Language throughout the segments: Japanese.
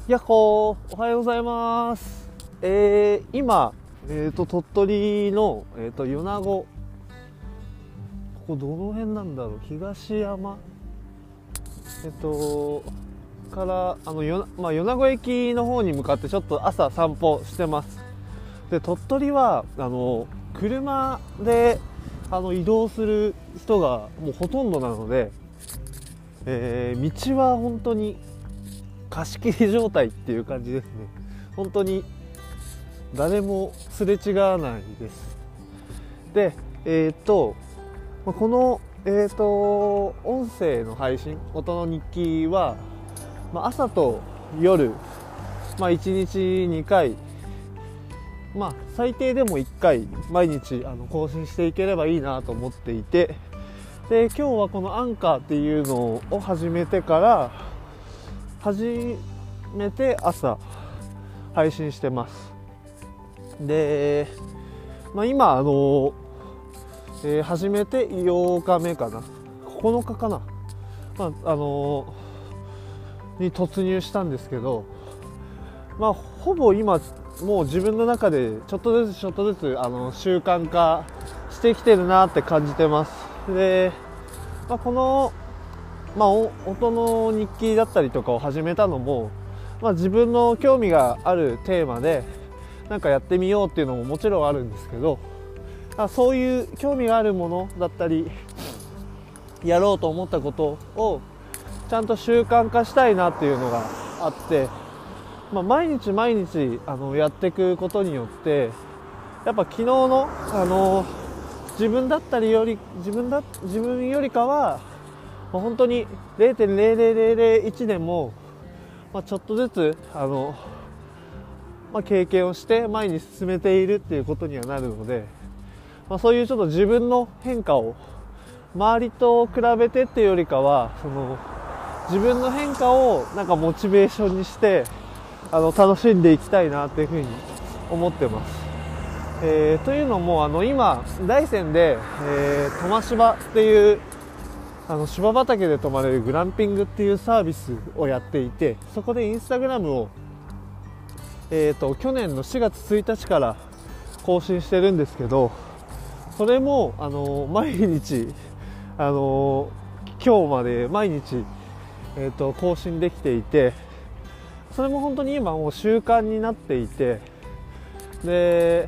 やっほー、おはようございます。今、鳥取の、米子、ここどの辺なんだろう、東山、から米子駅の方に向かってちょっと朝散歩してます。で、鳥取は車で移動する人がもうほとんどなので、道は本当に貸し切り状態っていう感じですね。本当に誰もすれ違わないです。で、この、音声の配信、音の日記は、朝と夜、1日2回、最低でも1回毎日更新していければいいなと思っていて、で、今日はこのアンカーっていうのを始めてから初めて朝配信してます。で、今始めて8日目かな、9日かな、に突入したんですけど、ほぼ今もう自分の中でちょっとずつ習慣化してきてるなって感じてます。で、この、音の日記だったりとかを始めたのも、自分の興味があるテーマでなんかやってみようっていうのももちろんあるんですけど、そういう興味があるものだったりやろうと思ったことをちゃんと習慣化したいなっていうのがあって、毎日やっていくことによって、やっぱ昨日の自分よりかは本当に 0.0001 でも、ちょっとずつ経験をして前に進めているっていうことにはなるので、そういうちょっと自分の変化を周りと比べてっていうよりかは、自分の変化をなんかモチベーションにして楽しんでいきたいなっていうふうに思ってます。というのも今大山で、トマ芝っていう芝畑で泊まれるグランピングっていうサービスをやっていて、そこでインスタグラムを、去年の4月1日から更新してるんですけど、それも毎日今日まで毎日、更新できていて、それも本当に今もう習慣になっていて、で、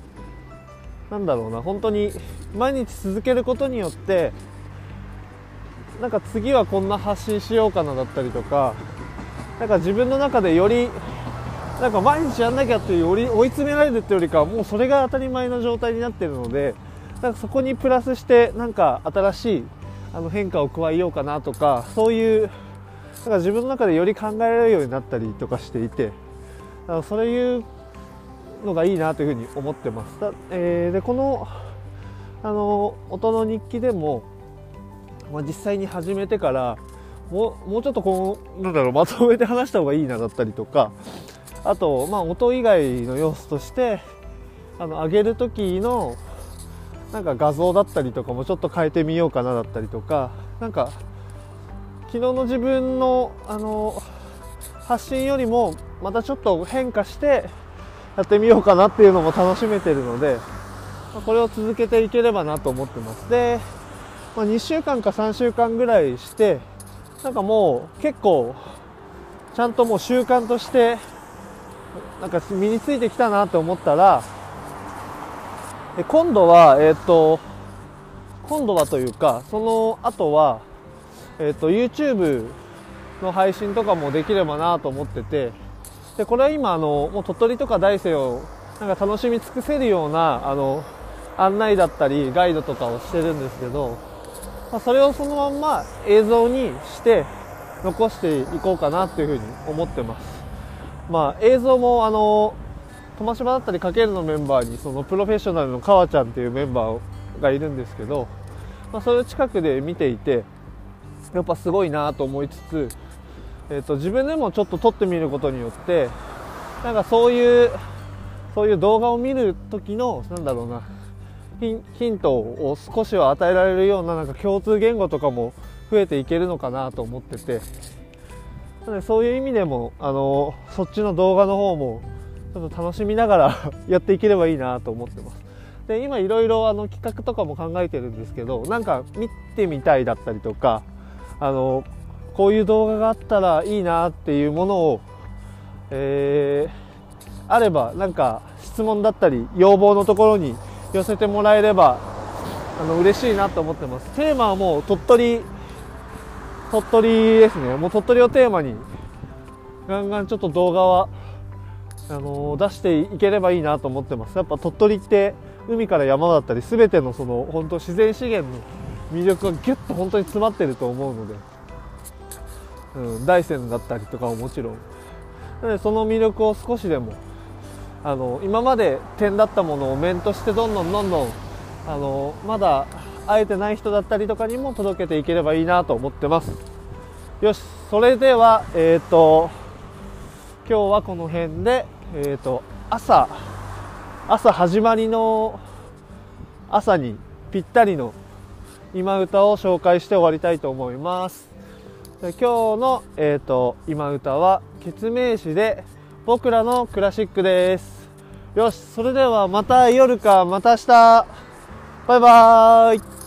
本当に毎日続けることによって、なんか次はこんな発信しようかなだったりとか、なんか自分の中でよりなんか毎日やんなきゃっていうより追い詰められるっていうよりかは、もうそれが当たり前の状態になっているので、なんかそこにプラスしてなんか新しい変化を加えようかなとか、そういうなんか自分の中でより考えられるようになったりとかしていて、そういうのがいいなというふうに思ってます。で、この音の日記でも、実際に始めてからもうちょっとまとめて話した方がいいなだったりとか、あと音以外の要素として上げる時のなんか画像だったりとかもちょっと変えてみようかなだったりとか、なんか昨日の自分の発信よりもまたちょっと変化してやってみようかなっていうのも楽しめてるので、これを続けていければなと思ってます。で、2週間か3週間ぐらいして、なんかもう結構ちゃんともう習慣としてなんか身についてきたなと思ったら、今度はというか、その後はYouTube の配信とかもできればなと思ってて、でこれは今もう鳥取とか大山をなんか楽しみ尽くせるような案内だったりガイドとかをしてるんですけど、それをそのまんま映像にして残していこうかなっていうふうに思ってます。映像もトマシバだったりかけるのメンバーにそのプロフェッショナルの川ちゃんっていうメンバーがいるんですけど、それを近くで見ていてやっぱすごいなと思いつつ、自分でもちょっと撮ってみることによって、なんかそういう動画を見る時のヒントを少しは与えられるような、なんか共通言語とかも増えていけるのかなと思ってて、 なのでそういう意味でもそっちの動画の方もちょっと楽しみながらやっていければいいなと思ってます。で今いろいろ企画とかも考えてるんですけど、なんか見てみたいだったりとかこういう動画があったらいいなっていうものを、あればなんか質問だったり要望のところに寄せてもらえれば嬉しいなと思ってます。テーマはもう鳥取ですね。もう鳥取をテーマにガンガンちょっと動画は出していければいいなと思ってます。やっぱ鳥取って海から山だったり全てのその本当自然資源の魅力がギュッと本当に詰まってると思うので、大山だったりとかももちろんなので、その魅力を少しでも今まで点だったものを面としてどんどんまだ会えてない人だったりとかにも届けていければいいなと思ってます。よし、それでは今日はこの辺で朝始まりの朝にぴったりの今歌を紹介して終わりたいと思います。今日の今歌はケツメイシで僕らのクラシックです。よし、それではまた夜かまた明日、バイバーイ。